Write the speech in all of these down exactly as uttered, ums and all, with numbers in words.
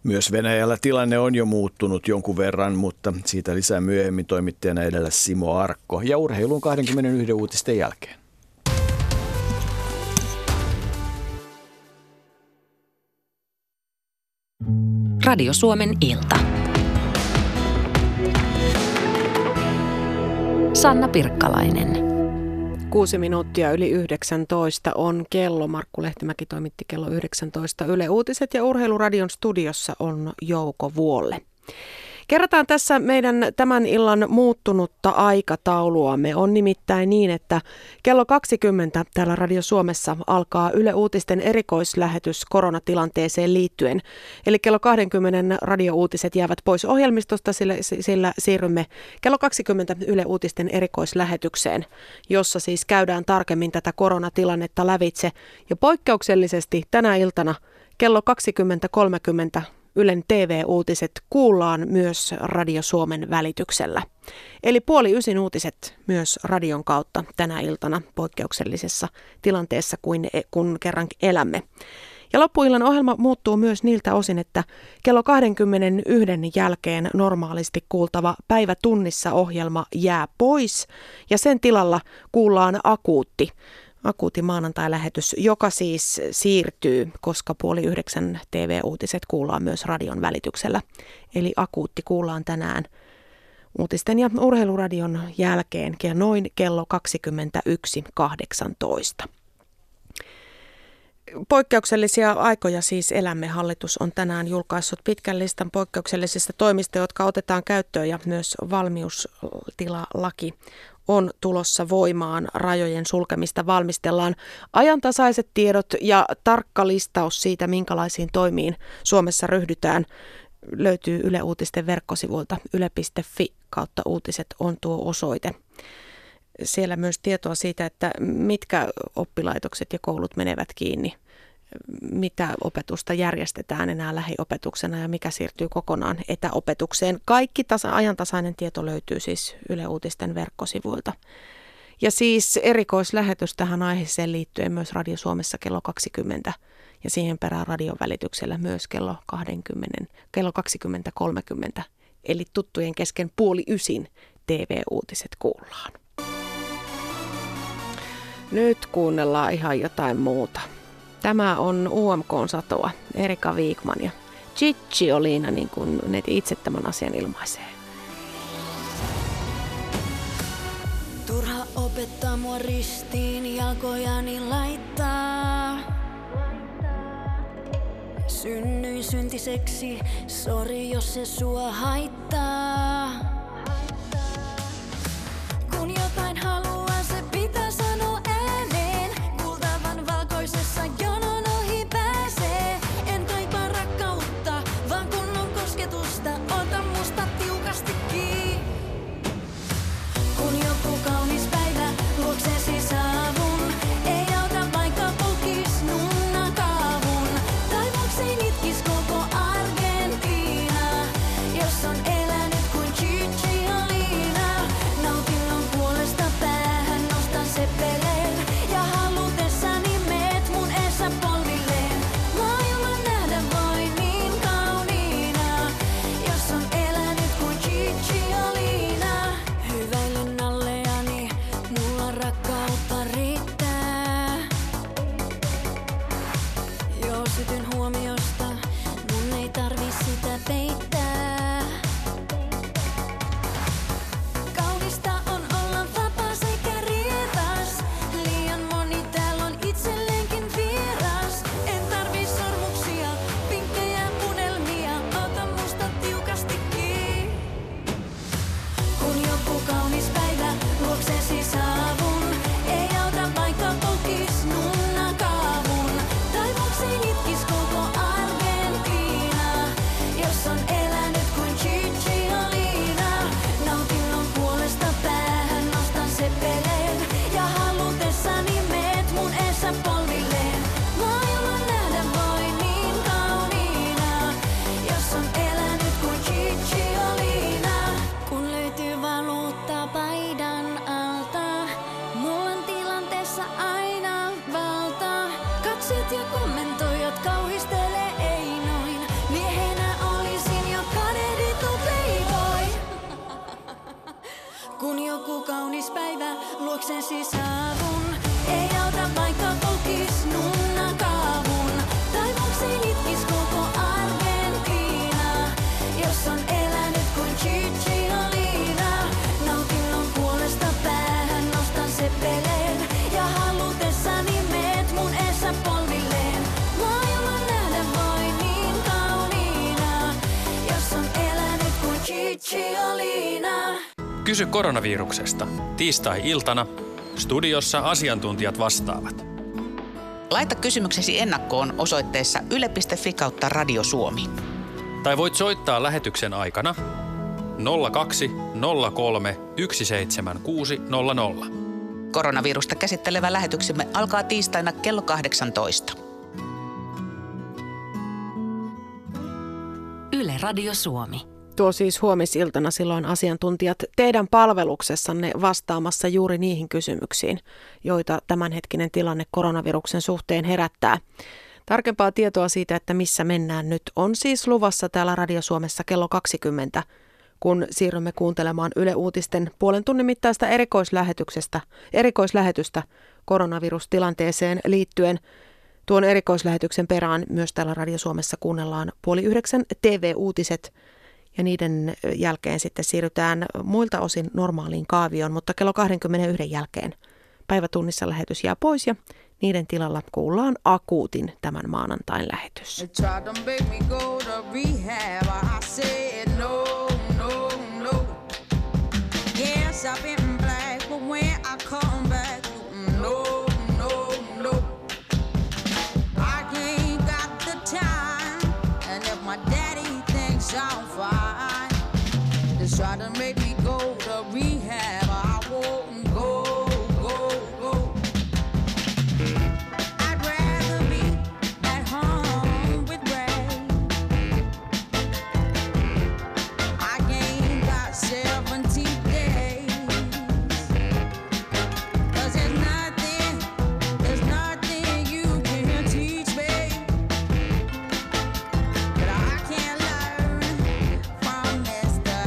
Myös Venäjällä tilanne on jo muuttunut jonkun verran, mutta siitä lisää myöhemmin toimittajana edellä Simo Arkko ja urheilun kaksikymmentäyksi uutisten jälkeen. Radio Suomen ilta. Sanna Pirkkalainen. Kuusi minuuttia yli yhdeksäntoista on kello. Markku Lehtimäki toimitti kello yhdeksäntoista Yle Uutiset ja Urheiluradion studiossa on Jouko Vuolle. Kerrataan tässä meidän tämän illan muuttunutta aikatauluamme. On nimittäin niin, että kello kaksikymmentä täällä Radio Suomessa alkaa Yle Uutisten erikoislähetys koronatilanteeseen liittyen. Eli kello kaksikymmentä radiouutiset jäävät pois ohjelmistosta, sillä, sillä siirrymme kello kaksikymmentä Yle Uutisten erikoislähetykseen, jossa siis käydään tarkemmin tätä koronatilannetta lävitse. Ja poikkeuksellisesti tänä iltana kello kaksikymmentä kolmekymmentä Ylen T V-uutiset kuullaan myös Radio Suomen välityksellä. Eli puoli ysin uutiset myös radion kautta tänä iltana poikkeuksellisessa tilanteessa, kuin kun kerran elämme. Ja loppuillan ohjelma muuttuu myös niiltä osin, että kello kaksikymmentäyksi jälkeen normaalisti kuultava Päivä tunnissa -ohjelma jää pois ja sen tilalla kuullaan Akuutti. Akuutti maanantai-lähetys, joka siis siirtyy, koska puoli yhdeksän T V-uutiset kuullaan myös radion välityksellä. Eli Akuutti kuullaan tänään uutisten ja urheiluradion jälkeen noin kello kaksikymmentäyksi kahdeksantoista. Poikkeuksellisia aikoja siis elämme. Hallitus on tänään julkaissut pitkän listan poikkeuksellisista toimista, jotka otetaan käyttöön, ja myös valmiustilalaki on tulossa voimaan. Rajojen sulkemista valmistellaan. Ajantasaiset tiedot ja tarkka listaus siitä, minkälaisiin toimiin Suomessa ryhdytään, löytyy Yle Uutisten verkkosivuilta. yle piste fi kautta uutiset on tuo osoite. Siellä myös tietoa siitä, että mitkä oppilaitokset ja koulut menevät kiinni, mitä opetusta järjestetään enää lähiopetuksena ja mikä siirtyy kokonaan etäopetukseen. Kaikki tasa, ajantasainen tieto löytyy siis Yle Uutisten verkkosivuilta. Ja siis erikoislähetys tähän aiheeseen liittyen myös Radio Suomessa kello kaksikymmentä ja siihen perään radion välityksellä myös kello kaksikymmentä, kello kaksikymmentä kolmekymmentä. Eli tuttujen kesken puoli ysin T V-uutiset kuullaan. Nyt kuunnellaan ihan jotain muuta. Tämä on U M K:n satoa, Erika Wigman ja Cicciolina, niin kuin ne itse tämän asian ilmaisee. Turha opettaa mua ristiin, jalkojani laittaa. Synnyin syntiseksi, sori jos se sua haittaa. Kun jotain haluaa, se pitää sanoa ääneen. Kultavan valkoisessa jonon ohi pääsee. En kaipaa rakkautta, vaan kunnon kosketusta. Ota musta tiukasti kiinni. Kun joku kaunis päivä luoksesi saavun, ei auta vaikka pukis nunna kaavun. Taivakseen itkis koko Argentiina, jos on elänyt kuin Kysy koronaviruksesta. Tiistai-iltana studiossa asiantuntijat vastaavat. Laita kysymyksesi ennakkoon osoitteessa yle piste fi kautta Radio Suomi. Tai voit soittaa lähetyksen aikana nolla kaksi nolla kolme yksi seitsemän kuusi nolla nolla. Koronavirusta käsittelevä lähetyksemme alkaa tiistaina kello kahdeksantoista. Yle Radio Suomi. Tuo siis huomisiltana silloin asiantuntijat teidän palveluksessanne vastaamassa juuri niihin kysymyksiin, joita tämänhetkinen tilanne koronaviruksen suhteen herättää. Tarkempaa tietoa siitä, että missä mennään nyt, on siis luvassa täällä Radio Suomessa kello kaksikymmentä, kun siirrymme kuuntelemaan Yle Uutisten puolen tunnin mittaista erikoislähetyksestä, erikoislähetystä koronavirustilanteeseen liittyen. Tuon erikoislähetyksen perään myös täällä Radio Suomessa kuunnellaan puoli yhdeksän T V-uutiset ja niiden jälkeen sitten siirrytään muilta osin normaaliin kaavioon, mutta kello kaksikymmentäyksi jälkeen päivätunnissa lähetys jää pois ja niiden tilalla kuullaan akuutin tämän maanantain lähetys. Try to make me go to rehab, I won't go, go, go. I'd rather be at home with Ray. I ain't got seventy days. Cause there's nothing, there's nothing you can teach me that I can't learn from Mister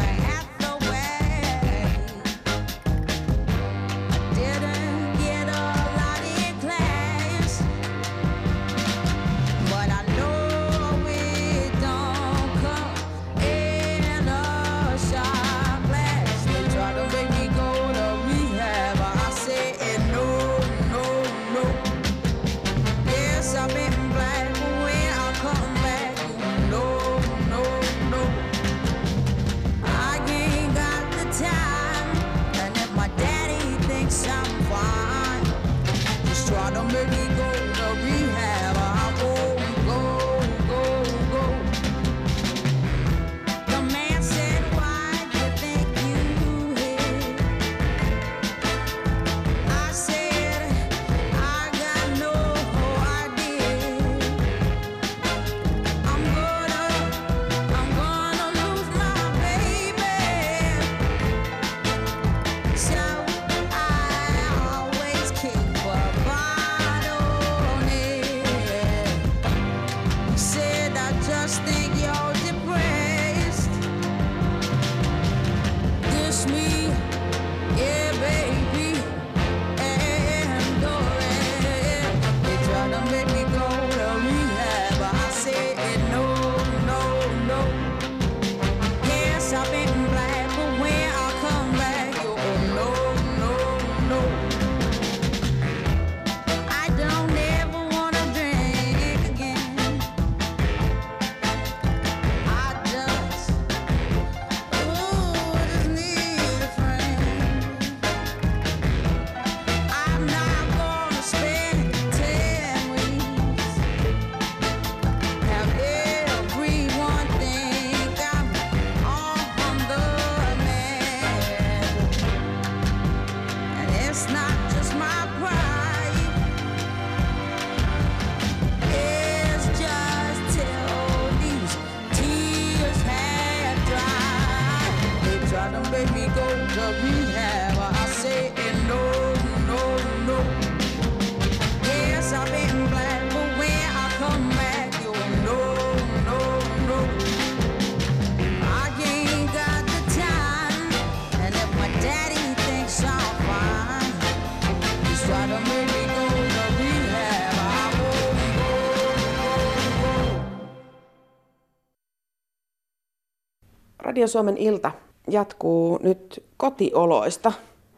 Radio Suomen ilta jatkuu nyt kotioloista.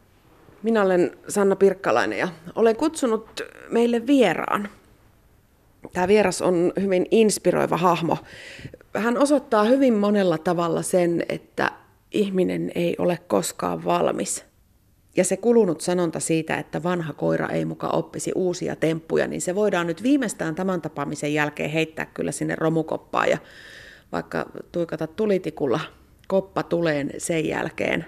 Minä olen Sanna Pirkkalainen ja olen kutsunut meille vieraan. Tämä vieras on hyvin inspiroiva hahmo. Hän osoittaa hyvin monella tavalla sen, että ihminen ei ole koskaan valmis. Ja se kulunut sanonta siitä, että vanha koira ei muka oppisi uusia temppuja, niin se voidaan nyt viimeistään tämän tapaamisen jälkeen heittää kyllä sinne romukoppaan ja vaikka tuikata tulitikulla koppa tuleen sen jälkeen.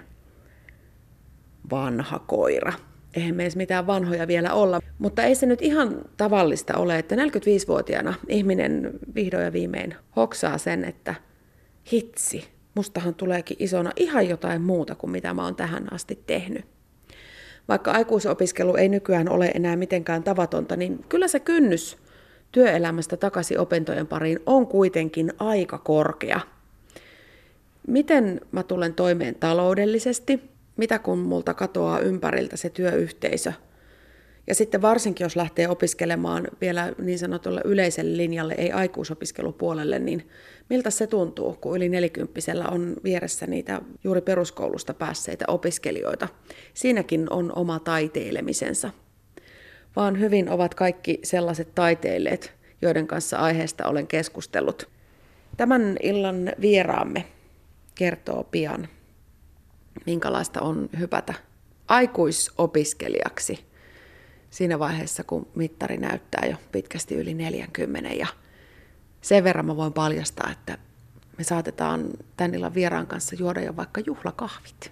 Vanha koira. Eihän meissä mitään vanhoja vielä olla, mutta ei se nyt ihan tavallista ole, että neljäkymmentäviisivuotiaana ihminen vihdoin ja viimein hoksaa sen, että hitsi, mustahan tuleekin isona ihan jotain muuta kuin mitä mä oon tähän asti tehnyt. Vaikka aikuisopiskelu ei nykyään ole enää mitenkään tavatonta, niin kyllä se kynnys työelämästä takaisin opintojen pariin on kuitenkin aika korkea. Miten mä tulen toimeen taloudellisesti? Mitä kun multa katoaa ympäriltä se työyhteisö? Ja sitten varsinkin, jos lähtee opiskelemaan vielä niin sanotulle yleiselle linjalle, ei aikuisopiskelupuolelle, niin miltä se tuntuu, kun yli nelikymppisellä on vieressä niitä juuri peruskoulusta päässeitä opiskelijoita? Siinäkin on oma taiteilemisensa. Vaan hyvin ovat kaikki sellaiset taiteilleet, joiden kanssa aiheesta olen keskustellut. Tämän illan vieraamme kertoo pian, minkälaista on hypätä aikuisopiskelijaksi siinä vaiheessa, kun mittari näyttää jo pitkästi yli neljäkymmentä. Ja sen verran mä voin paljastaa, että me saatetaan tän illan vieraan kanssa juoda jo vaikka juhlakahvit.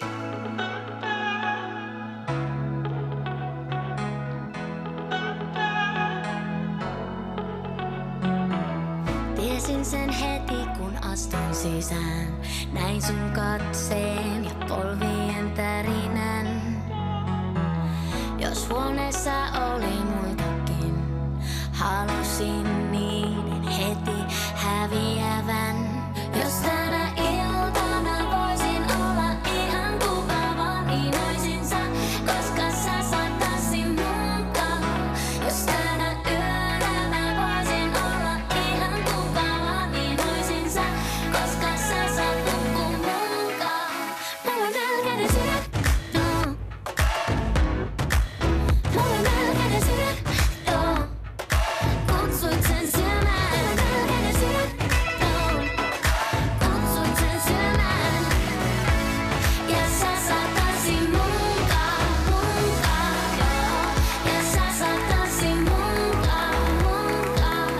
Tiesin sen heti, kun astuin sisään. Näin sun katseen ja polvien tärinän. Jos huoneessa oli muitakin, halusin niiden heti häviävän. Jos tänä iltana voisin olla ihan kuka vaan, niin oisin sä, koska sä saat tanssin munkaan. Jos tänä yönä mä voisin olla ihan kuka vaan, niin oisin sä, koska sä saat nukkua munkaan. Mulla on nälkäinen sydän, no. Mulla on nälkäinen sydän, joo. Kutsuit sen syömään. Mulla on nälkäinen sydän, joo. Kutsuit sen syömään. Ja sä saat tanssin munkaan, munkaan, joo. Ja sä saat tanssin munkaan, munkaan.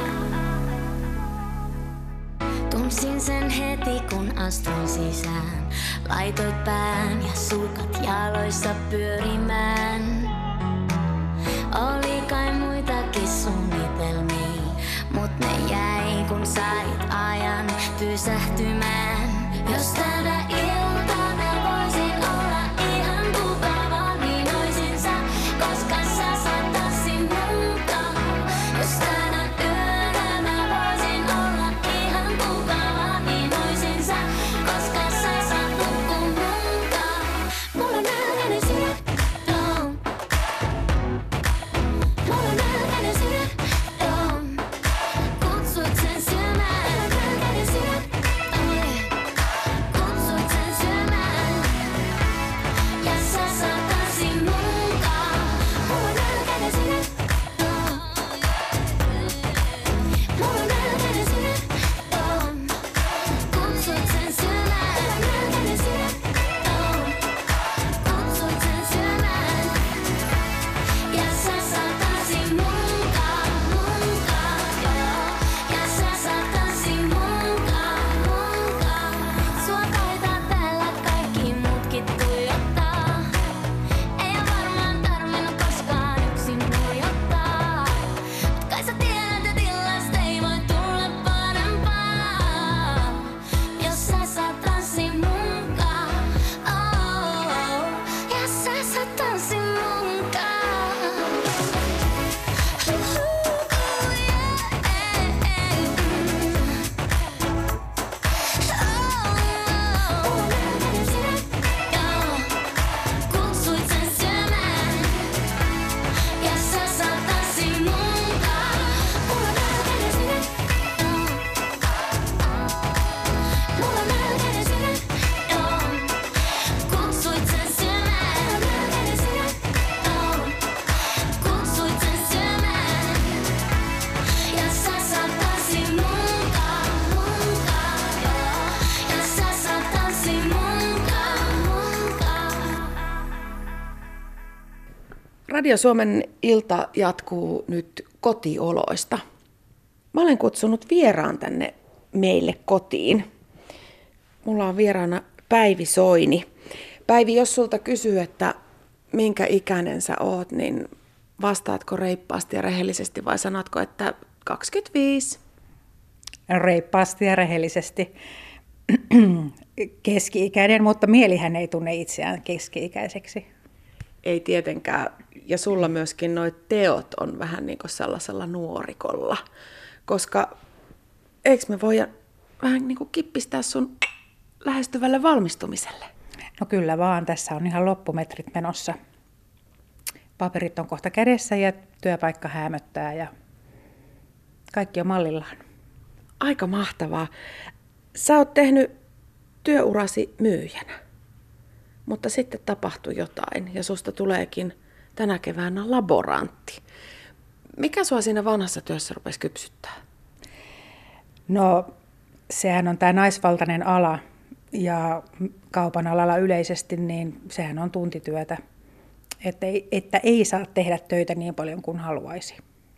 Tunsin sen heti, kun astuin sisään. Laitoit pään ja sukat jaloissa pyörimään. Oli kai muitakin suunnitelmia, mut ne jäi, kun sait ajan pysähtymään. Jos tänä iltana voisin olla ihan kuka vaan, niin oisin sä, koska sä saat tanssin munkaan. Jos tänä yönä mä voisin olla ihan kuka vaan, niin oisin sä, koska sä saat nukkua munkaan. Mulla on nälkäinen sydän, joo. Mulla on nälkäinen sydän, joo. Kutsuit sen syömään. Mulla on nälkäinen sydän, oi. Kutsuit sen Radio Suomen ilta jatkuu nyt kotioloista. Mä olen kutsunut vieraan tänne meille kotiin. Mulla on vieraana Päivi Soini. Päivi, jos sulta kysyy, että minkä ikäinen sä oot, niin vastaatko reippaasti ja rehellisesti vai sanotko, että kaksikymmentäviisi? Reippaasti ja rehellisesti. Keski-ikäinen, mutta mielihän ei tunne itseään keski-ikäiseksi. Ei tietenkään. Ja sulla myöskin noi teot on vähän niin kuin sellaisella nuorikolla. Koska eikö me voida vähän niin kuin kippistää sun lähestyvälle valmistumiselle? No kyllä vaan, tässä on ihan loppumetrit menossa. Paperit on kohta kädessä ja työpaikka häämöttää ja kaikki on mallillaan. Aika mahtavaa. Sä oot tehnyt työurasi myyjänä, mutta sitten tapahtui jotain ja susta tuleekin tänä keväänä laborantti. Mikä sua siinä vanhassa työssä rupesi kypsyttää? No sehän on tämä naisvaltainen ala ja kaupan alalla yleisesti, niin sehän on tuntityötä, että ei, että ei saa tehdä töitä niin paljon kuin haluaisi.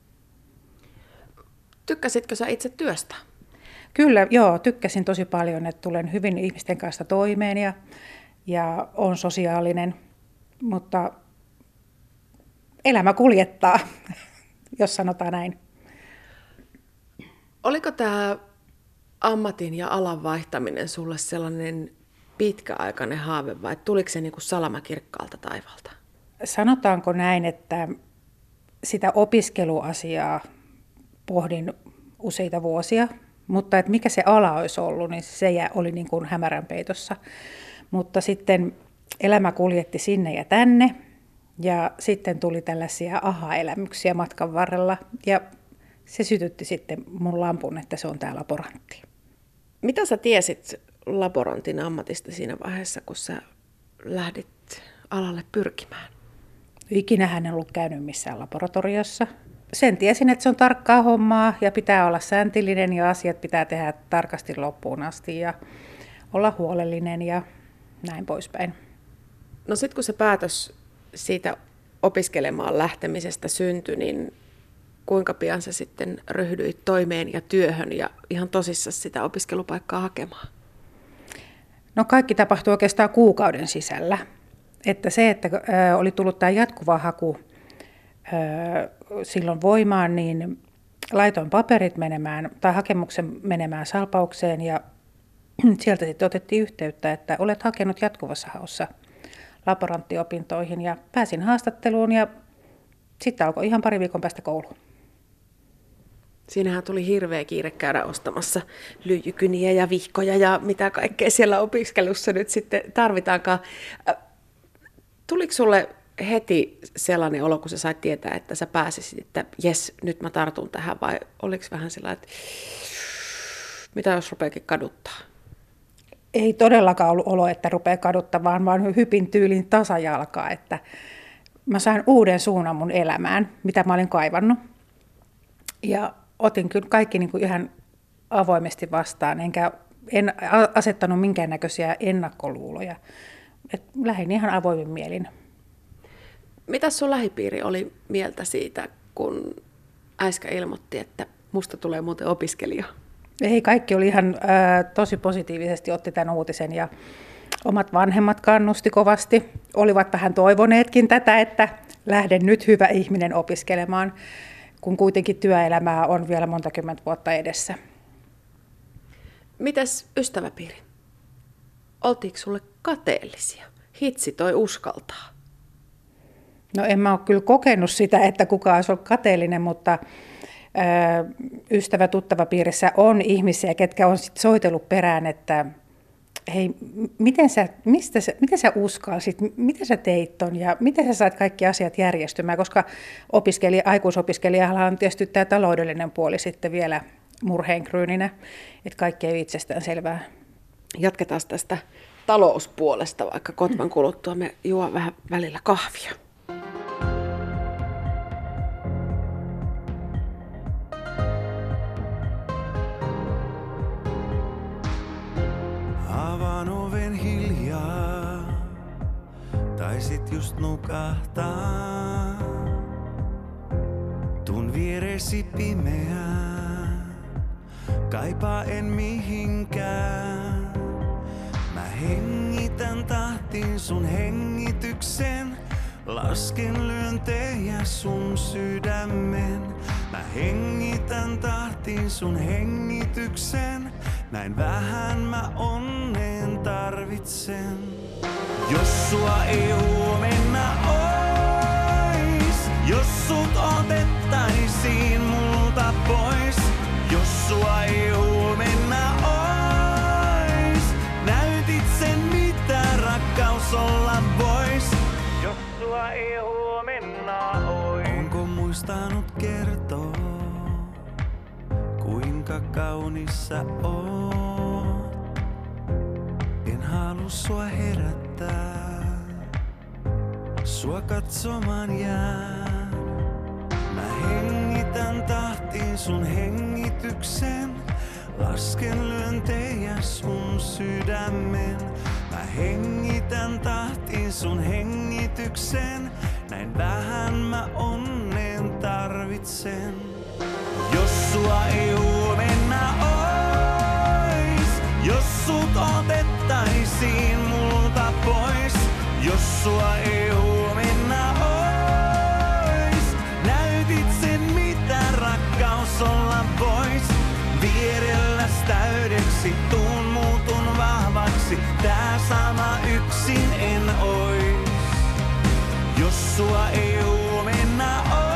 Tykkäsitkö sä itse työstä? Kyllä, joo, tykkäsin tosi paljon, että tulen hyvin ihmisten kanssa toimeen ja, ja olen sosiaalinen, mutta elämä kuljettaa, jos sanotaan näin. Oliko tämä ammatin ja alan vaihtaminen sulle sellainen pitkäaikainen haave vai tuliko se niin kuin salama kirkkaalta taivaalta? Sanotaanko näin, että sitä opiskeluasiaa pohdin useita vuosia, mutta että mikä se ala olisi ollut, niin se oli niin kuin hämärän peitossa. Mutta sitten elämä kuljetti sinne ja tänne ja sitten tuli tällaisia aha-elämyksiä matkan varrella ja se sytytti sitten mun lampun, että se on tämä laborantti. Mitä sä tiesit laborantin ammatista siinä vaiheessa, kun sä lähdit alalle pyrkimään? Ikinähän en ollut käynyt missään laboratoriossa. Sen tiesin, että se on tarkkaa hommaa ja pitää olla säntillinen ja asiat pitää tehdä tarkasti loppuun asti ja olla huolellinen ja näin poispäin. No sitten kun se päätös siitä opiskelemaan lähtemisestä syntyi, niin kuinka pian sä sitten ryhdyit toimeen ja työhön ja ihan tosissaan sitä opiskelupaikkaa hakemaan? No kaikki tapahtui oikeastaan kuukauden sisällä. Että se, että oli tullut tämä jatkuva haku silloin voimaan, niin laitoin paperit menemään tai hakemuksen menemään salpaukseen ja sieltä sitten otettiin yhteyttä, että olet hakenut jatkuvassa haussa laboranttiopintoihin ja pääsin haastatteluun ja sitten alkoi ihan pari viikon päästä koulu. Siinähän tuli hirveä kiire käydä ostamassa lyijykyniä ja vihkoja ja mitä kaikkea siellä opiskelussa nyt sitten tarvitaankaan. Tuliko sulle heti sellainen olo, kun sä sait tietää, että sä pääsisit, että jes, nyt mä tartun tähän, vai oliko vähän sellainen, että mitä jos rupeakin kaduttaa? Ei todellakaan ollut olo, että rupeaa kaduttamaan, vaan hypin tyylin tasajalkaa, että mä sain uuden suunnan mun elämään, mitä mä olin kaivannut. Ja otin kyllä kaikki niin kuin ihan avoimesti vastaan, enkä en asettanut minkäännäköisiä ennakkoluuloja. Et lähdin ihan avoimin mielin. Mitäs sun lähipiiri oli mieltä siitä, kun äsken ilmoitti, että musta tulee muuten opiskelija? Ei, kaikki oli ihan äh, tosi positiivisesti, otti tämän uutisen ja omat vanhemmat kannusti kovasti. Olivat vähän toivoneetkin tätä, että lähden nyt hyvä ihminen opiskelemaan, kun kuitenkin työelämää on vielä monta kymmentä vuotta edessä. Mitäs ystäväpiiri? Oltiinko sulle kateellisia? Hitsi toi uskaltaa. No en mä ole kyllä kokenut sitä, että kukaan olisi ollut kateellinen, mutta ö, ystävä tuttava piirissä on ihmisiä, ketkä on sit soitellut perään, että hei, miten sä, mistä sä, miten sä uskalsit, miten sä teit ton ja miten sä sait kaikki asiat järjestymään, koska opiskelija, aikuisopiskelijalla on tietysti tämä taloudellinen puoli sitten vielä murheenkryyninä, että kaikki ei ole itsestään selvää. Jatketaan tästä talouspuolesta, vaikka kotvan kuluttua me juo vähän välillä kahvia. Avaan oven hiljaa, saisit just nukahtaa. Tun vieresi pimeää, kaipaa en mihinkään. Mä hengitän tahtiin sun hengityksen, lasken lyöntejä sun sydämen. Mä hengitän tahtiin sun hengityksen, näin vähän mä onneen tarvitsen. Jos sua ei huomenna ois, jos sut otettaisiin multa pois. Jos sua ei huomenna ois, näytit sen mitä rakkaus olla vois. Jos sua ei huomenna ois. Onko muistanut kertoa, kuinka kaunis sä oot? En halua sua herättää, sua katsomaan jään. Mä hengitän tahtiin sun hengityksen, lasken lyöntejä sun sydämen. Mä hengitän tahtiin sun hengityksen, näin vähän mä onneen tarvitsen. Jos sua ei huomenna ois, jos sut otettaisiin multa pois. Jos sua ei huomenna ois, näytit sen mitä rakkaus olla vois. Vierelläs täydeksi tuun muutun vahvaksi, tää sama yksin en ois. Jos sua ei huomenna ois.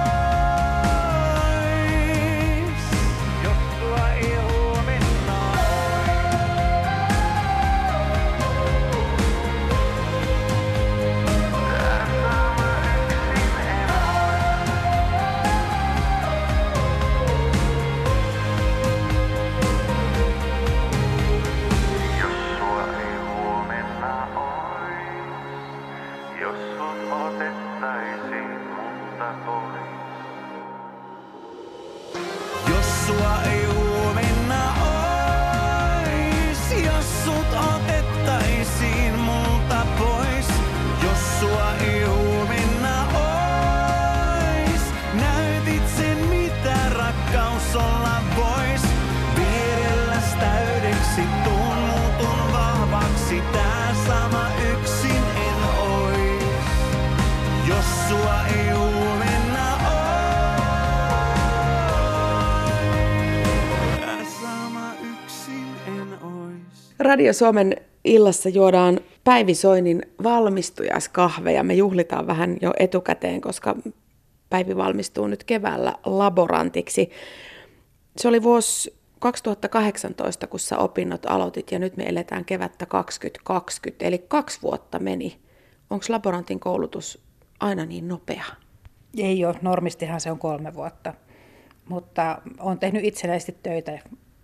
Radio Suomen illassa juodaan Päivi Soinin valmistujaiskahveja. Me juhlitaan vähän jo etukäteen, koska Päivi valmistuu nyt keväällä laborantiksi. Se oli vuosi kaksituhattakahdeksantoista, kun sä opinnot aloitit, ja nyt me eletään kevättä kaksituhattakaksikymmentä, eli kaksi vuotta meni. Onko laborantin koulutus aina niin nopea? Ei ole, normistihan se on kolme vuotta, mutta olen tehnyt itsenäisesti töitä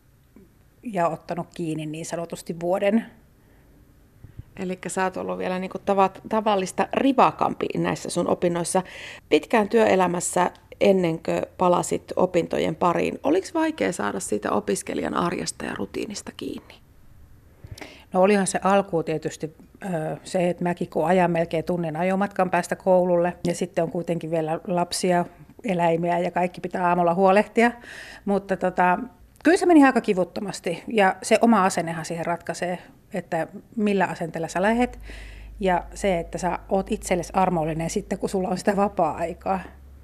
ja ottanut kiinni niin sanotusti vuoden. Eli sä oot ollut vielä niinku tavat, tavallista rivakampi näissä sun opinnoissa. Pitkään työelämässä ennen kuin palasit opintojen pariin, oliko vaikea saada siitä opiskelijan arjesta ja rutiinista kiinni? No olihan se alkuun tietysti se, että mäkin kun ajan melkein tunnin ajomatkan päästä koululle, ja sitten on kuitenkin vielä lapsia, eläimiä ja kaikki pitää aamulla huolehtia, mutta tota, kyllä se meni aika kivuttomasti, ja se oma asennehan siihen ratkaisee, että millä asenteella sä lähet, ja se, että sä oot itsellesi armollinen sitten, kun sulla on sitä vapaa-aikaa.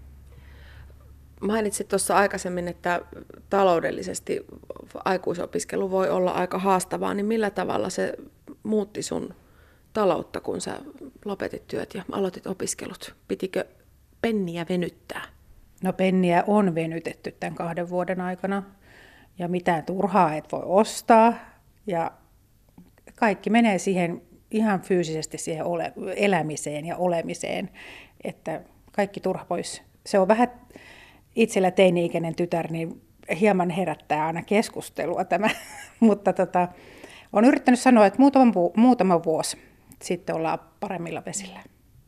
Mainitsit tuossa aikaisemmin, että taloudellisesti aikuisopiskelu voi olla aika haastavaa, niin millä tavalla se muutti sun taloutta, kun sä lopetit työt ja aloitit opiskelut? Pitikö penniä venyttää? No penniä on venytetty tämän kahden vuoden aikana, ja mitään turhaa et voi ostaa, ja kaikki menee siihen ihan fyysisesti siihen ole, elämiseen ja olemiseen, että kaikki turha pois. Se on vähän itsellä teini-ikäinen tytär, niin hieman herättää aina keskustelua tämä, mutta tota, olen yrittänyt sanoa, että muutama, muutama vuosi sitten ollaan paremmilla vesillä.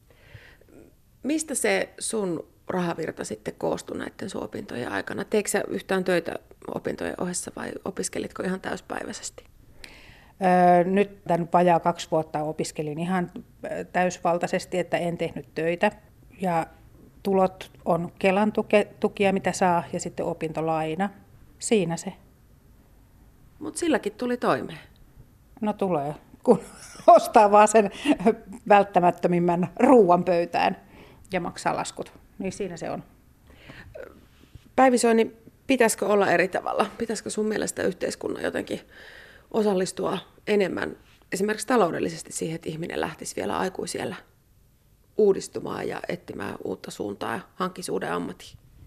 Mistä se sun rahavirta sitten koostui näiden sun opintojen aikana? Teetkö sä yhtään töitä opintojen ohessa vai opiskelitko ihan täyspäiväisesti? Nyt tämän vajaa kaksi vuotta opiskelin ihan täysvaltaisesti, että en tehnyt töitä. Ja tulot on Kelan tuke, tukia, mitä saa, ja sitten opintolaina. Siinä se. Mutta silläkin tuli toimeen. No tulee, kun ostaa vaan sen välttämättömimmän ruuan pöytään ja maksaa laskut. Niin siinä se on. Päivi Soini, pitäisikö olla eri tavalla? Pitäisikö sun mielestä yhteiskunnan jotenkin osallistua enemmän esimerkiksi taloudellisesti siihen, että ihminen lähtisi vielä aikuisiellä uudistumaan ja etsimään uutta suuntaa ja hankkisi uuden ammatin?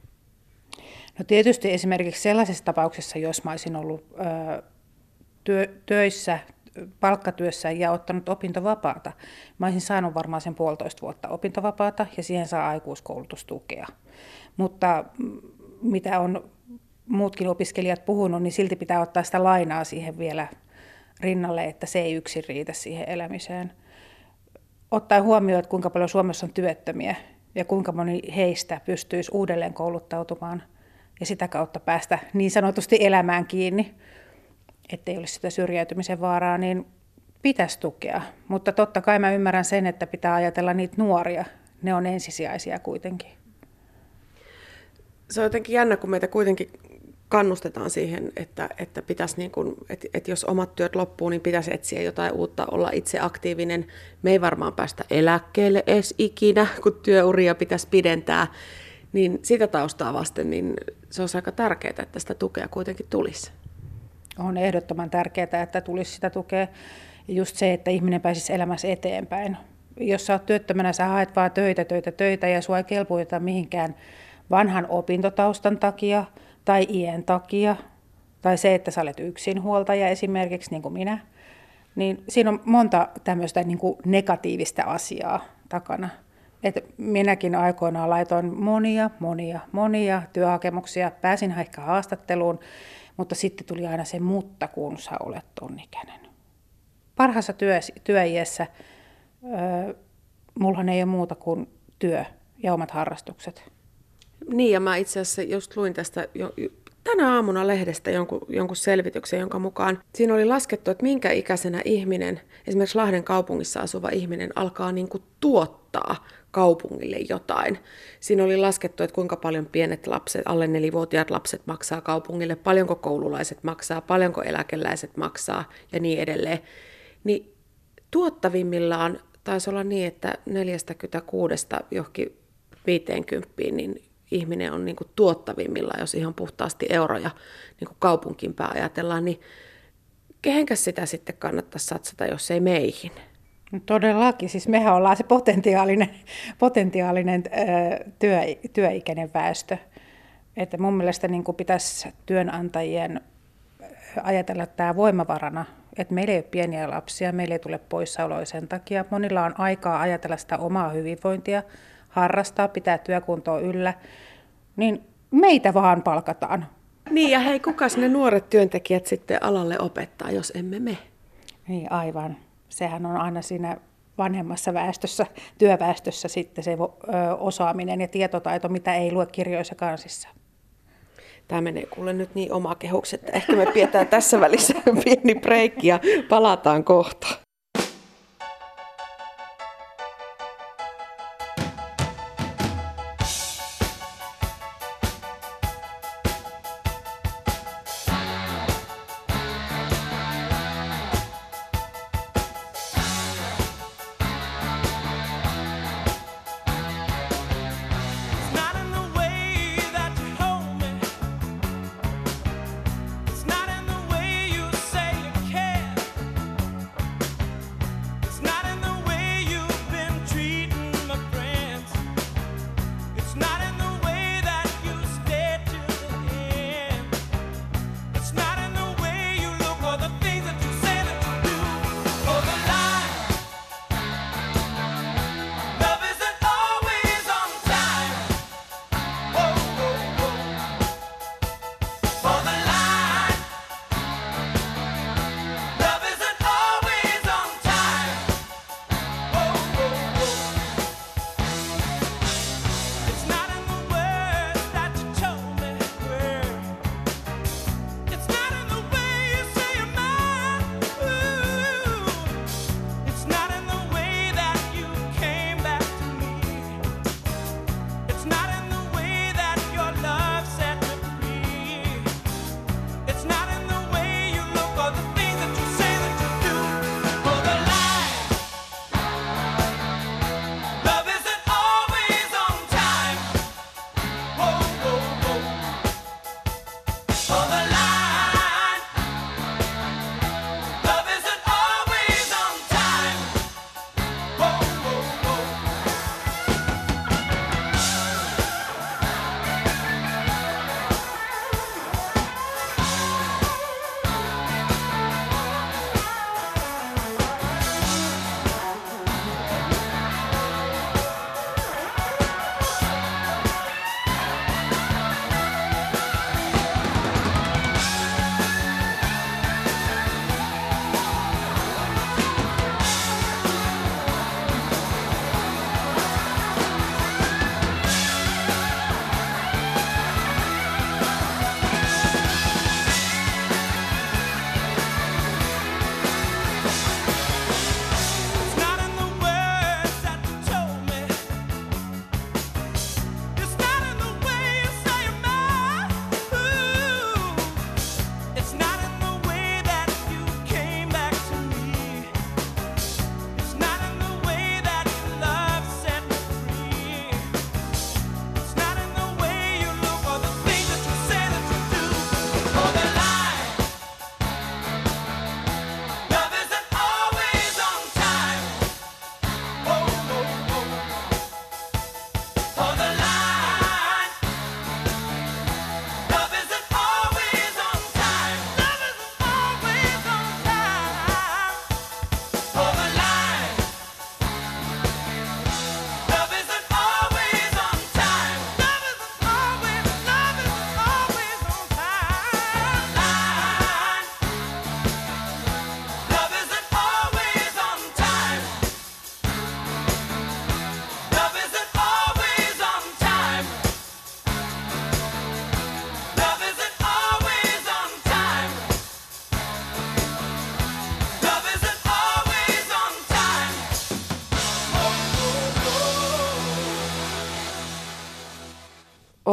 No tietysti esimerkiksi sellaisessa tapauksessa, jos mä olisin ollut ö, työ, töissä, palkkatyössä ja ottanut opintovapaata, mä olisin saanut varmaan sen puolitoista vuotta opintovapaata ja siihen saa aikuiskoulutustukea. Mutta mitä on muutkin opiskelijat puhunut, niin silti pitää ottaa sitä lainaa siihen vielä rinnalle, että se ei yksin riitä siihen elämiseen. Ottaen huomioon, että kuinka paljon Suomessa on työttömiä ja kuinka moni heistä pystyisi uudelleen kouluttautumaan ja sitä kautta päästä niin sanotusti elämään kiinni, ettei olisi sitä syrjäytymisen vaaraa, niin pitäisi tukea. Mutta totta kai mä ymmärrän sen, että pitää ajatella niitä nuoria. Ne on ensisijaisia kuitenkin. Se on jotenkin jännä, kun meitä kuitenkin kannustetaan siihen, että, että, pitäisi niin kuin, että, että jos omat työt loppuu, niin pitäisi etsiä jotain uutta, olla itse aktiivinen. Me ei varmaan päästä eläkkeelle edes ikinä, kun työuria pitäisi pidentää. Niin sitä taustaa vasten niin se on aika tärkeää, että sitä tukea kuitenkin tulisi. On ehdottoman tärkeää, että tulisi sitä tukea. Ja just se, että ihminen pääsisi elämässä eteenpäin. Jos sä oot työttömänä, sä haet vaan töitä, töitä, töitä ja sua ei kelpuuteta mihinkään vanhan opintotaustan takia tai iän takia, tai se, että sä olet yksinhuoltaja esimerkiksi, niin kuin minä, niin siinä on monta tämmöistä niin kuin negatiivista asiaa takana. Et minäkin aikoinaan laitoin monia, monia, monia työhakemuksia, pääsin ehkä haastatteluun, mutta sitten tuli aina se mutta, kun sä olet ton ikäinen. Parhaassa työ, työiässä öö, mullahan ei ole muuta kuin työ ja omat harrastukset. Niin, ja mä itse asiassa just luin tästä jo, tänä aamuna lehdestä jonkun, jonkun selvityksen, jonka mukaan siinä oli laskettu, että minkä ikäisenä ihminen, esimerkiksi Lahden kaupungissa asuva ihminen, alkaa niin kuin tuottaa kaupungille jotain. Siinä oli laskettu, että kuinka paljon pienet lapset, alle nelivuotiaat lapset maksaa kaupungille, paljonko koululaiset maksaa, paljonko eläkeläiset maksaa ja niin edelleen. Niin tuottavimmillaan taisi olla niin, että neljästäkymmenestäkuudesta johonkin viiteenkymppiin, niin ihminen on niin kuin tuottavimmillaan, jos ihan puhtaasti euroja niin kuin kaupunkiin päin ajatellaan, niin kehenkäs sitä sitten kannattaisi satsata, jos ei meihin? No todellakin, siis mehän ollaan se potentiaalinen, potentiaalinen työ, työikäinen väestö. Että mun mielestä niin kuin pitäisi työnantajien ajatella tämä voimavarana, että meillä ei ole pieniä lapsia, meillä ei tule poissaoloja sen takia. Monilla on aikaa ajatella sitä omaa hyvinvointia, harrastaa, pitää työkuntoa yllä, niin meitä vaan palkataan. Niin, ja hei, kukas ne nuoret työntekijät sitten alalle opettaa, jos emme me? Niin, aivan. Sehän on aina siinä vanhemmassa väestössä, työväestössä sitten se osaaminen ja tietotaito, mitä ei lue kirjoissa kansissa. Tämä menee kuule nyt niin oma kehuksi, että ehkä me pidetään tässä välissä pieni breikki ja palataan kohta.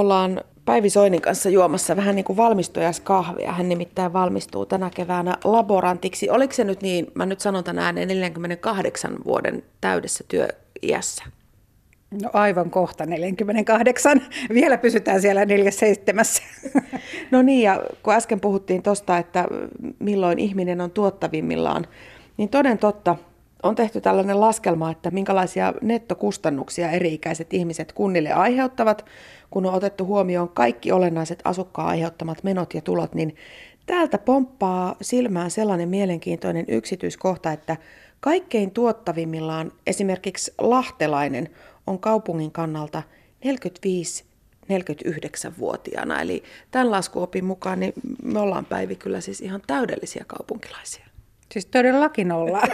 ollaan Päivi Soinin kanssa juomassa vähän niin kuin valmistujaiskahvia. Hän nimittäin valmistuu tänä keväänä laborantiksi. Oliko se nyt niin, mä nyt sanon tänä ääneen, neljänkymmenenkahdeksan vuoden täydessä työiässä? No aivan kohta neljäkymmentäkahdeksan. Vielä pysytään siellä neljäkymmentäseitsemän. No niin, ja kun äsken puhuttiin tuosta, että milloin ihminen on tuottavimmillaan, niin toden totta on tehty tällainen laskelma, että minkälaisia nettokustannuksia eri-ikäiset ihmiset kunnille aiheuttavat, kun on otettu huomioon kaikki olennaiset asukkaan aiheuttamat menot ja tulot, niin täältä pomppaa silmään sellainen mielenkiintoinen yksityiskohta, että kaikkein tuottavimmillaan esimerkiksi lahtelainen on kaupungin kannalta neljäkymmentäviisi-neljäkymmentäyhdeksänvuotiaana. Eli tämän laskuopin mukaan niin me ollaan, Päivi, kyllä siis ihan täydellisiä kaupunkilaisia. Siis todellakin ollaan.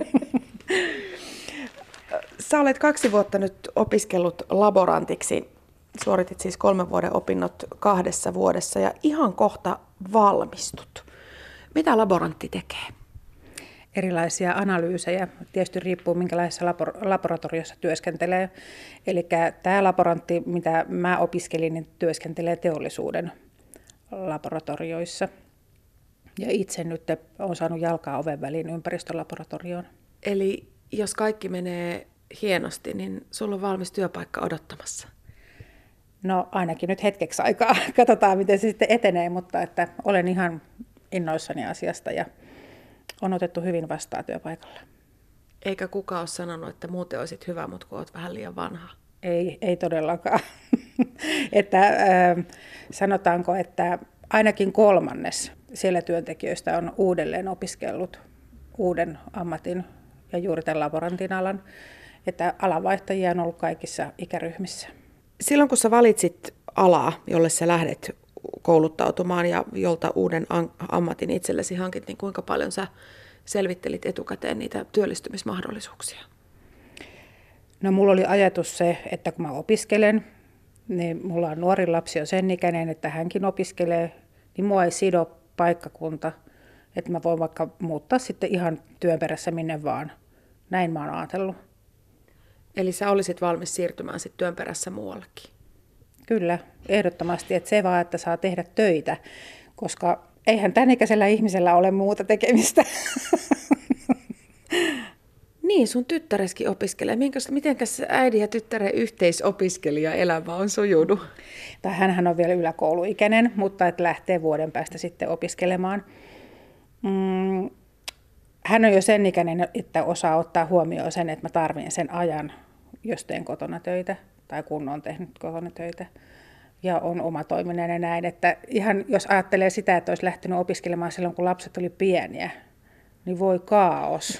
Sä olet kaksi vuotta nyt opiskellut laborantiksi. Suoritit siis kolmen vuoden opinnot kahdessa vuodessa ja ihan kohta valmistut. Mitä laborantti tekee? Erilaisia analyysejä. Tietysti riippuu, minkälaisessa labor- laboratoriossa työskentelee. Eli tämä laborantti, mitä mä opiskelin, niin työskentelee teollisuuden laboratorioissa. Ja itse nyt olen saanut jalkaa oven väliin ympäristölaboratorioon. Eli jos kaikki menee hienosti, niin sulla on valmis työpaikka odottamassa? No ainakin nyt hetkeksi aikaa. Katsotaan, miten se sitten etenee, mutta että olen ihan innoissani asiasta ja on otettu hyvin vastaan työpaikalla. Eikä kukaan ole sanonut, että muuten olisit hyvä, mutta kun olet vähän liian vanha? Ei, ei todellakaan. että, äh, sanotaanko, että ainakin kolmannes siellä työntekijöistä on uudelleen opiskellut uuden ammatin ja juuri tämän laborantin alan. Että alanvaihtajia on ollut kaikissa ikäryhmissä. Silloin kun sä valitsit alaa, jolle sä lähdet kouluttautumaan ja jolta uuden ammatin itsellesi hankit, niin kuinka paljon sä selvittelit etukäteen niitä työllistymismahdollisuuksia? No mulla oli ajatus se, että kun mä opiskelen, niin mulla on nuori lapsi jo sen ikäinen, että hänkin opiskelee, niin mua ei sido paikkakunta, että mä voin vaikka muuttaa sitten ihan työn perässä minne vaan. Näin mä oon ajatellut. Eli sä olisit valmis siirtymään sitten työn perässä muuallekin? Kyllä, ehdottomasti, että se vaan, että saa tehdä töitä, koska eihän tämän ikäisellä ihmisellä ole muuta tekemistä. Niin, sun tyttäreskin opiskelee. Mitenkäs äidin ja tyttären yhteisopiskelijaelämä on sujunut? Tai hänhän on vielä yläkouluikäinen, mutta että lähtee vuoden päästä sitten opiskelemaan. Mm, hän on jo sen ikäinen, että osaa ottaa huomioon sen, että mä tarvitsen sen ajan, jos teen kotona töitä tai kun on tehnyt kotona töitä. Ja on omatoiminen ja näin, että ihan jos ajattelee sitä, että olisi lähtenyt opiskelemaan silloin, kun lapset oli pieniä, niin voi kaos.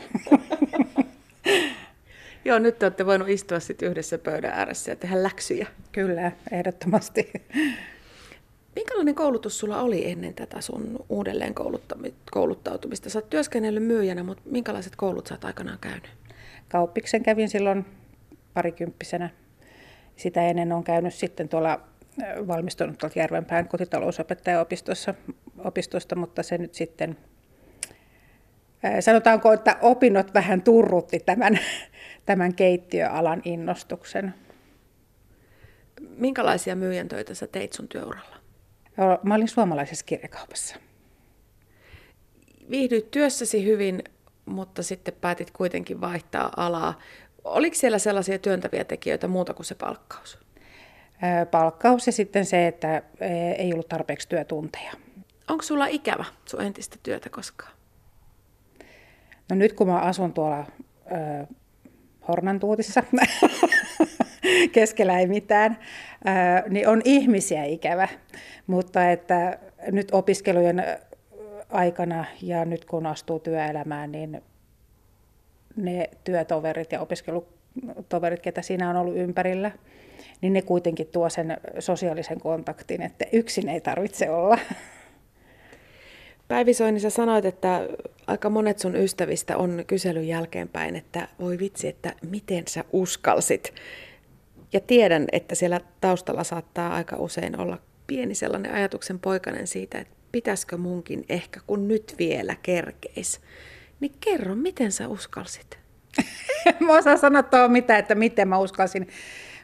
Joo, nyt te olette voinut istua sitten yhdessä pöydän ääressä ja tehdä läksyjä. Kyllä, ehdottomasti. Minkälainen koulutus sulla oli ennen tätä sun uudelleen kouluttautumista? Sä oot työskennellyt myyjänä, mutta minkälaiset koulut sä oot aikanaan käynyt? Kauppiksen kävin silloin parikymppisenä. Sitä ennen on käynyt sitten tuolla valmistunut tuolta Järvenpään kotitalousopettajaopistosta, opistosta, mutta se nyt sitten, sanotaanko, että opinnot vähän turrutti tämän, tämän keittiöalan innostuksen. Minkälaisia myyjän töitä sä teit sun työuralla? Mä olin suomalaisessa kirjakaupassa. Viihdyit työssäsi hyvin, mutta sitten päätit kuitenkin vaihtaa alaa. Oliko siellä sellaisia työntäviä tekijöitä muuta kuin se palkkaus? Palkkaus ja sitten se, että ei ollut tarpeeksi työtunteja. Onko sulla ikävä sun entistä työtä koskaan? No nyt kun mä asun tuolla äh, Hornantuutissa, keskellä ei mitään, äh, niin on ihmisiä ikävä. Mutta että nyt opiskelujen aikana ja nyt kun astuu työelämään, niin ne työtoverit ja opiskelutoverit, ketä siinä on ollut ympärillä, niin ne kuitenkin tuo sen sosiaalisen kontaktin, että yksin ei tarvitse olla. Päivi Soini, sä sanoit, että aika monet sun ystävistä on kyselyn jälkeenpäin, että voi vitsi, että miten sä uskalsit. Ja tiedän, että siellä taustalla saattaa aika usein olla pieni sellainen ajatuksen poikainen siitä, että pitäisikö munkin ehkä, kun nyt vielä kerkeis. Niin kerro, miten sä uskalsit? Mä osaan sanoa tuohon mitä, että miten mä uskalsin.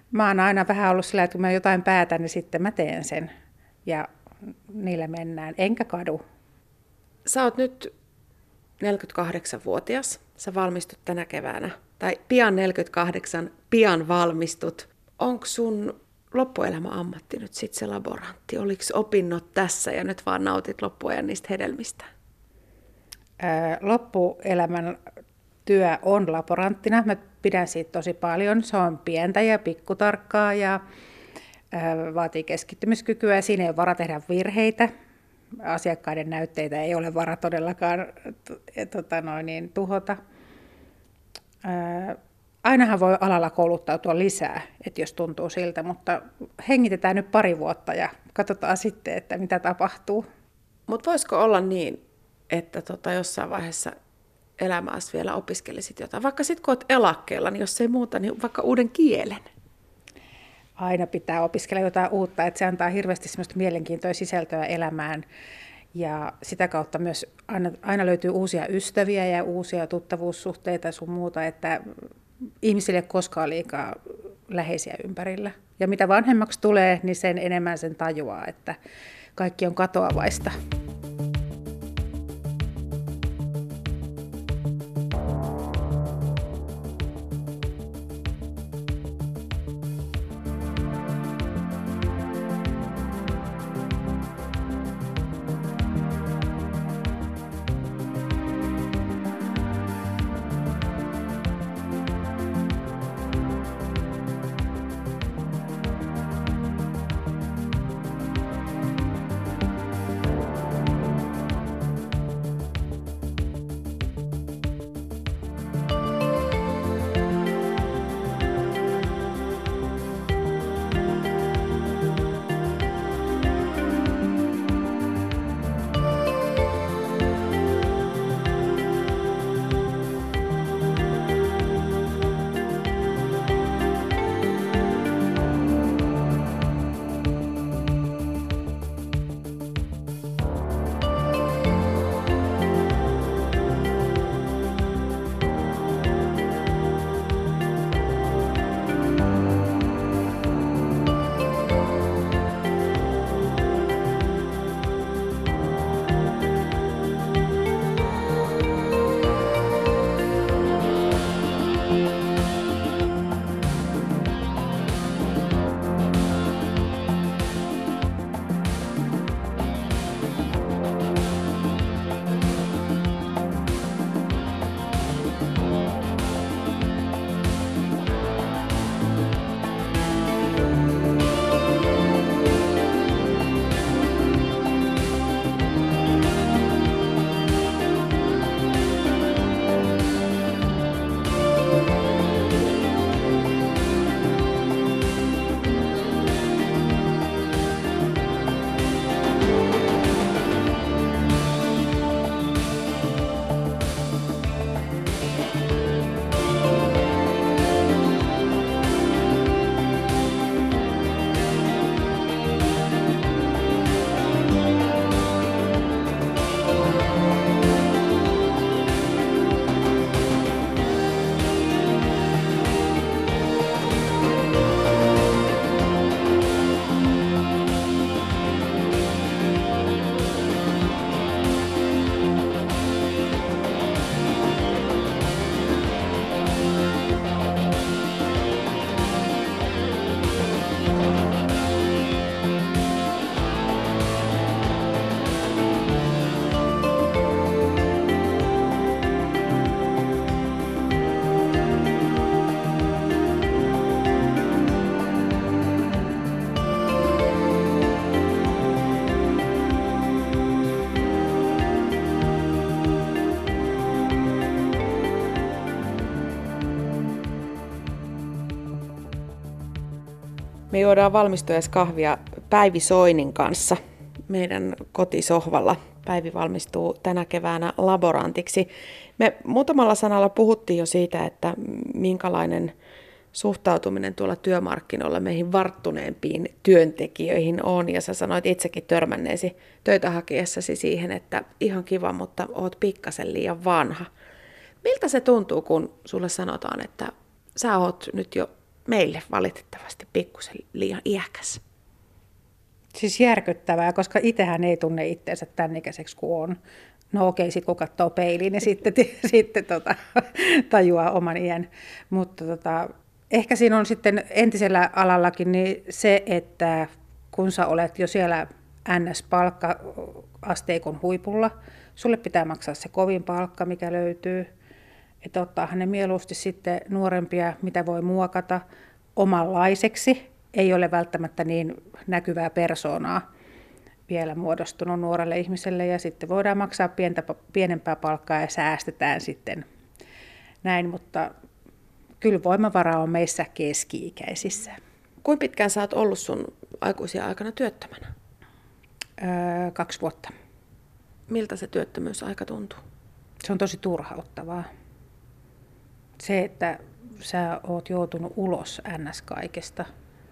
Mä oon aina vähän ollut sillä, että kun mä jotain päätän, niin sitten mä teen sen. Ja niillä mennään, enkä kadu. Sä oot nyt neljäkymmentäkahdeksanvuotias. Sä valmistut tänä keväänä. Tai pian neljäkymmentäkahdeksan, pian valmistut. Onko sun loppuelämä ammatti nyt sit se laborantti? Oliko opinnot tässä ja nyt vaan nautit loppuajan niistä hedelmistä? Ää, loppuelämän työ on laboranttina. Mä pidän siitä tosi paljon. Se on pientä ja pikkutarkkaa ja ää, vaatii keskittymiskykyä ja siinä ei ole vara tehdä virheitä. Asiakkaiden näytteitä ei ole vara todellakaan tota noin, niin, tuhota. Ää, ainahan voi alalla kouluttautua lisää, että jos tuntuu siltä, mutta hengitetään nyt pari vuotta ja katsotaan sitten, että mitä tapahtuu. Mutta voisiko olla niin, että tota jossain vaiheessa elämääsi vielä opiskelisit jotain? Vaikka sitten kun olet elakkeella, niin jos ei muuta, niin vaikka uuden kielen. Aina pitää opiskella jotain uutta, että se antaa hirveästi semmoista mielenkiintoa sisältöä elämään. Ja sitä kautta myös aina, aina löytyy uusia ystäviä ja uusia tuttavuussuhteita ja sun muuta, että ihmisille ei ole koskaan liikaa läheisiä ympärillä. Ja mitä vanhemmaksi tulee, niin sen enemmän sen tajuaa, että kaikki on katoavaista. Me juodaan valmistujaiskahvia Päivi Soinin kanssa meidän kotisohvalla. Päivi valmistuu tänä keväänä laborantiksi. Me muutamalla sanalla puhuttiin jo siitä, että minkälainen suhtautuminen tuolla työmarkkinoilla meihin varttuneempiin työntekijöihin on. Ja sä sanoit itsekin törmänneesi töitä hakiessasi siihen, että ihan kiva, mutta oot pikkasen liian vanha. Miltä se tuntuu, kun sulle sanotaan, että sä oot nyt jo meille valitettavasti pikkusen liian iäkäs. Siis järkyttävää, koska itsehän ei tunne itseensä tämän ikäiseksi kuin on. No okei, sitten kun katsoo peiliin, niin sitten, sitten tota, tajuaa oman iän. Mutta tota, ehkä siinä on sitten entisellä alallakin niin se, että kun sä olet jo siellä N S-palkka-asteikon huipulla, sulle pitää maksaa se kovin palkka, mikä löytyy. Että ottaahan ne mieluusti sitten nuorempia, mitä voi muokata omanlaiseksi. Ei ole välttämättä niin näkyvää persoonaa vielä muodostunut nuorelle ihmiselle, ja sitten voidaan maksaa pientä, pienempää palkkaa ja säästetään sitten näin, mutta kyllä voimavara on meissä keski-ikäisissä. Kuinka pitkään sä oot ollut sun aikuisia aikana työttömänä? Öö, kaksi vuotta. Miltä se työttömyysaika tuntuu? Se on tosi turhauttavaa. Se, että sä oot joutunut ulos N S-kaikesta.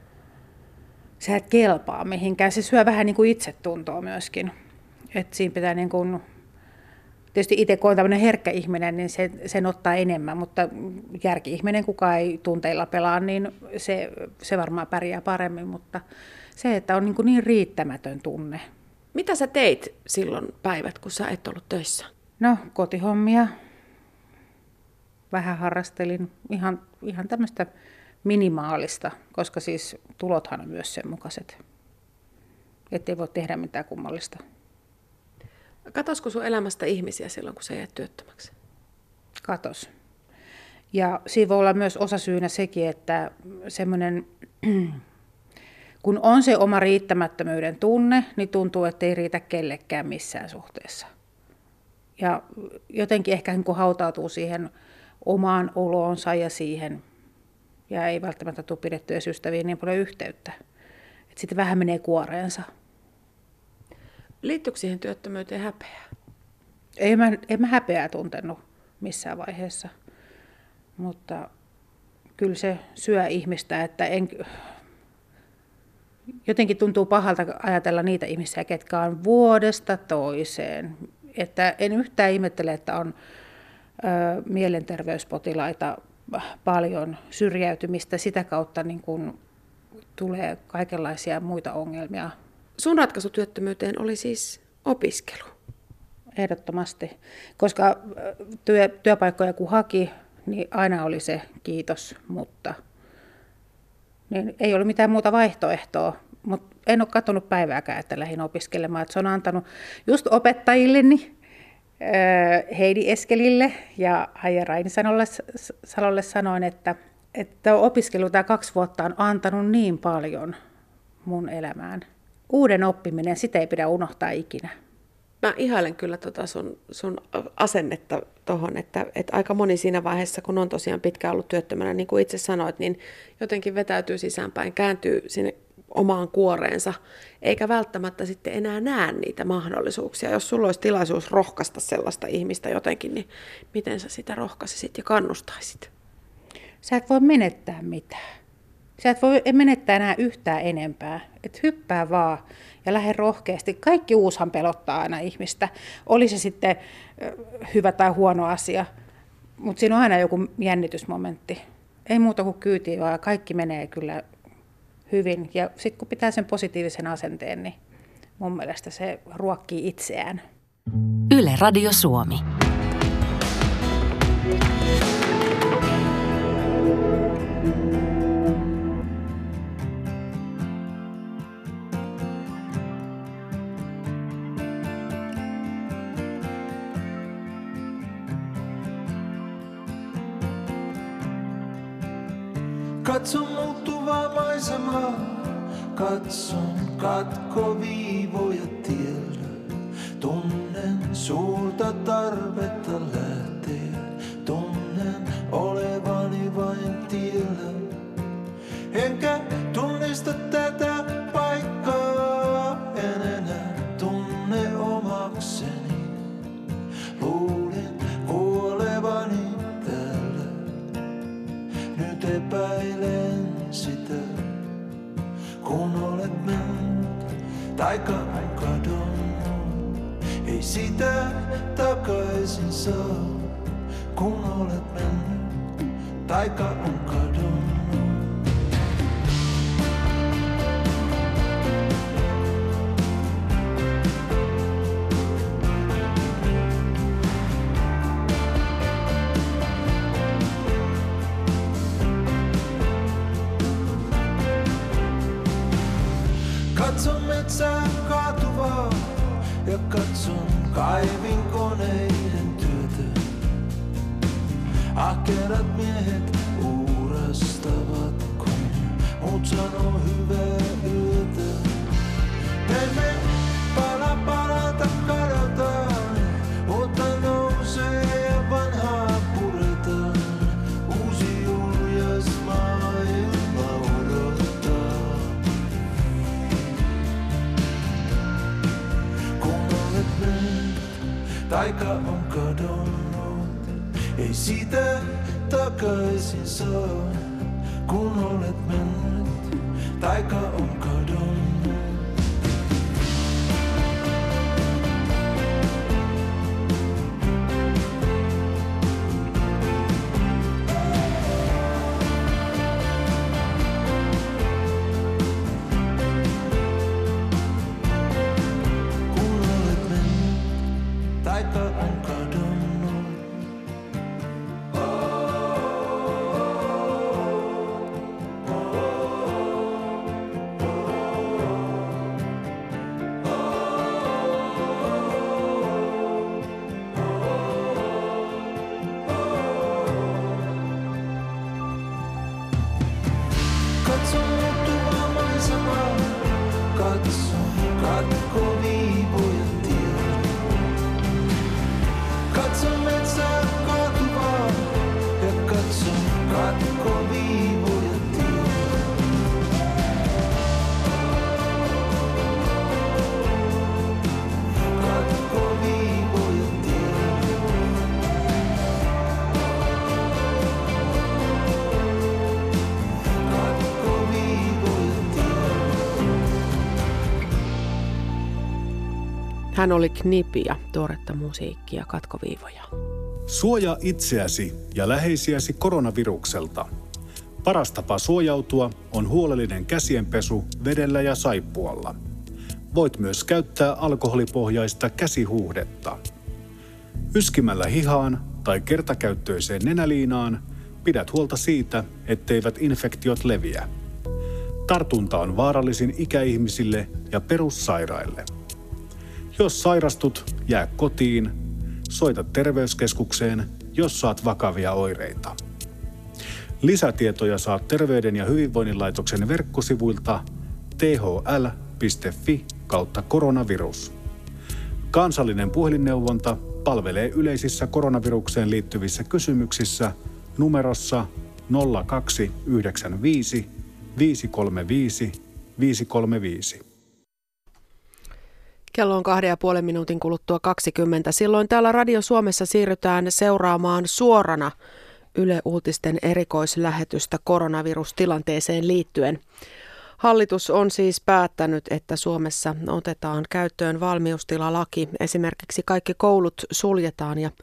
Sä et kelpaa mihinkään. Se syö vähän niin kuin itsetuntoa myöskin. Et siinä pitää niin kuin, tietysti itse kun on tämmöinen herkkä ihminen, niin se, sen ottaa enemmän, mutta järki-ihminen, kuka ei tunteilla pelaa, niin se, se varmaan pärjää paremmin, mutta se, että on niin, kuin niin riittämätön tunne. Mitä sä teit silloin päivät, kun sä et ollut töissä? No, kotihommia. Vähän harrastelin. Ihan, ihan tämmöistä minimaalista, koska siis tulothan on myös sen mukaiset, ettei voi tehdä mitään kummallista. Katosko sun elämästä ihmisiä silloin, kun sä jäät työttömäksi? Katos. Ja siinä voi olla myös osasyynä sekin, että semmoinen, kun on se oma riittämättömyyden tunne, niin tuntuu, että ei riitä kellekään missään suhteessa. Ja jotenkin ehkä kun hautautuu siihen omaan oloonsa ja siihen, ja ei välttämättä tule pidettyä ystäviin niin paljon yhteyttä. Että sitten vähän menee kuoreensa. Liittyykö siihen työttömyyteen häpeää? Ei mä, en mä häpeää tuntenut missään vaiheessa. Mutta kyllä se syö ihmistä, että en, jotenkin tuntuu pahalta ajatella niitä ihmisiä, ketkä on vuodesta toiseen. Että en yhtään ihmettele, että on ö, mielenterveyspotilaita paljon, syrjäytymistä, sitä kautta niin kun tulee kaikenlaisia muita ongelmia. Sun ratkaisu työttömyyteen oli siis opiskelu? Ehdottomasti, koska työ, työpaikkoja kun haki, niin aina oli se kiitos, mutta niin ei ollut mitään muuta vaihtoehtoa. Mutta en ole katsonut päivääkään, että lähdin opiskelemaan. Et se on antanut just opettajilleni, Heidi Eskelille ja Haija Rainisalolle sanoin, että, että opiskelu tämä kaksi vuotta on antanut niin paljon mun elämään. Uuden oppiminen, sitä ei pidä unohtaa ikinä. Mä ihailen kyllä tota sun, sun asennetta tuohon, että, että aika moni siinä vaiheessa, kun on tosiaan pitkään ollut työttömänä, niin kuin itse sanoit, niin jotenkin vetäytyy sisäänpäin, kääntyy sinne omaan kuoreensa, eikä välttämättä sitten enää näe niitä mahdollisuuksia. Jos sulla olisi tilaisuus rohkaista sellaista ihmistä jotenkin, niin miten sä sitä rohkaisisit ja kannustaisit? Sä et voi menettää mitään. Sä et voi menettää enää yhtään enempää. Et hyppää vaan ja lähde rohkeasti. Kaikki uushan pelottaa aina ihmistä. Oli se sitten hyvä tai huono asia, mutta siinä on aina joku jännitysmomentti. Ei muuta kuin kyytiin, vaan kaikki menee kyllä hyvin. Ja sitten kun pitää sen positiivisen asenteen, niin mun mielestä se ruokkii itseään. Yle Radio Suomi. Katson muuttuvaa maisemaa, katson katkoviivoja tiellä. Tunnen suurta tarvetta lähteä, tunnen olevani vain tiellä. Enkä tunnista tätä paikkaa, en enää tunne omakseni. Luulin kuolevani täällä, nyt epäilen sitä. Kun olet mennyt, taika on kadonnut, ei sitä takaisin saa. Kun olet mennyt, taika on kadonnut. metsään kaatuvaa ja katson kaivinkoneiden työtä. Ahkerat miehet uurastavat, kun muut sanoo hyvää yötä. Emme pala palalta kadotaan, uutta nousee ja vanhaa puretaan. Uusi uljas maailma odottaa. Kun olet mennyt, taika on kadonnut, ei sitä takaisin saa. Kun olet mennyt, taika on kadonnut. Hän oli Knipi ja tuoretta musiikkia, katkoviivoja. Suojaa itseäsi ja läheisiäsi koronavirukselta. Paras tapa suojautua on huolellinen käsienpesu vedellä ja saippualla. Voit myös käyttää alkoholipohjaista käsihuuhdetta. Yskimällä hihaan tai kertakäyttöiseen nenäliinaan pidät huolta siitä, etteivät infektiot leviä. Tartunta on vaarallisin ikäihmisille ja perussairaille. Jos sairastut, jää kotiin. Soita terveyskeskukseen, jos saat vakavia oireita. Lisätietoja saat Terveyden ja hyvinvoinnin laitoksen verkkosivuilta t h l piste f i kautta koronavirus. Kansallinen puhelinneuvonta palvelee yleisissä koronavirukseen liittyvissä kysymyksissä numerossa nolla kaksi yhdeksän viisi viisi kolme viisi viisi kolme viisi. Kello on kahden ja puolen minuutin kuluttua kaksikymmentä. Silloin täällä Radio Suomessa siirrytään seuraamaan suorana Yle Uutisten erikoislähetystä koronavirustilanteeseen liittyen. Hallitus on siis päättänyt, että Suomessa otetaan käyttöön valmiustilalaki. Esimerkiksi kaikki koulut suljetaan ja,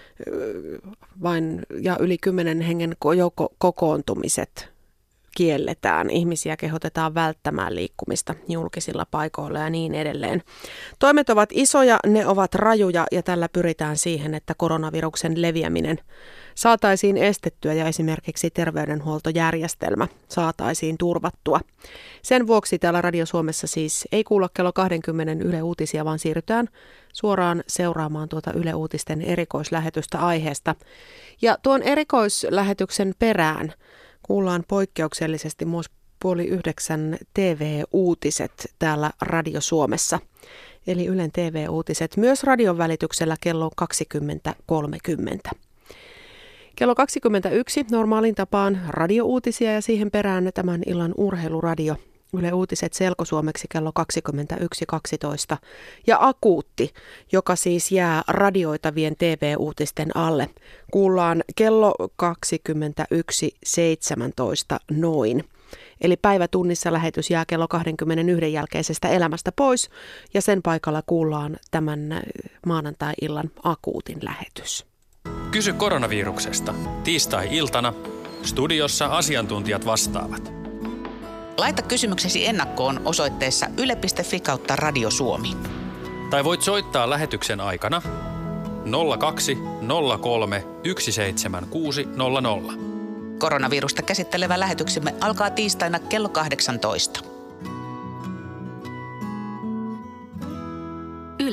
vain, ja yli kymmenen hengen joukko kokoontumiset kielletään. Ihmisiä kehotetaan välttämään liikkumista julkisilla paikoilla ja niin edelleen. Toimet ovat isoja, ne ovat rajuja ja tällä pyritään siihen, että koronaviruksen leviäminen saataisiin estettyä ja esimerkiksi terveydenhuoltojärjestelmä saataisiin turvattua. Sen vuoksi täällä Radio Suomessa siis ei kuulla kello kaksikymmentä Yle Uutisia, vaan siirrytään suoraan seuraamaan tuota Yle Uutisten erikoislähetystä aiheesta. Ja tuon erikoislähetyksen perään kuullaan poikkeuksellisesti myös puoli yhdeksän T V-uutiset täällä Radio Suomessa. Eli Ylen T V-uutiset myös radion välityksellä kello kaksikymmentä kolmekymmentä. Kello kaksikymmentäyksi normaalin tapaan radiouutisia ja siihen perään tämän illan urheiluradio. Yle Uutiset selkosuomeksi kello kaksikymmentäyksi kaksitoista ja Akuutti, joka siis jää radioitavien T V-uutisten alle. Kuullaan kello kaksikymmentäyksi seitsemäntoista noin. Eli päivätunnissa lähetys jää kello kaksikymmentäyksi jälkeisestä elämästä pois ja sen paikalla kuullaan tämän maanantai-illan Akuutin lähetys. Kysy koronaviruksesta. Tiistai-iltana studiossa asiantuntijat vastaavat. Laita kysymyksesi ennakkoon osoitteessa yle piste fi kautta Radio Suomi. Tai voit soittaa lähetyksen aikana nolla kaksi nolla kolme yksi seitsemän kuusi nolla nolla. Koronavirusta käsittelevä lähetyksemme alkaa tiistaina kello kahdeksantoista.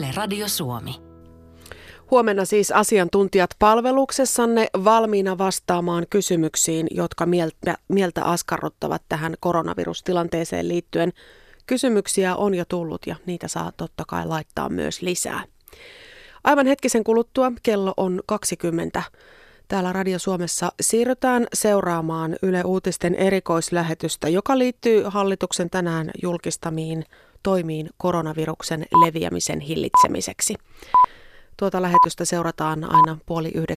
Radio Suomi. Huomenna siis asiantuntijat palveluksessanne valmiina vastaamaan kysymyksiin, jotka mieltä, mieltä askarruttavat tähän koronavirustilanteeseen liittyen. Kysymyksiä on jo tullut ja niitä saa totta kai laittaa myös lisää. Aivan hetkisen kuluttua kello on kaksikymmentä. Täällä Radio Suomessa siirrytään seuraamaan Yle Uutisten erikoislähetystä, joka liittyy hallituksen tänään julkistamiin toimiin koronaviruksen leviämisen hillitsemiseksi. Tuota lähetystä seurataan aina puoli yhdeksän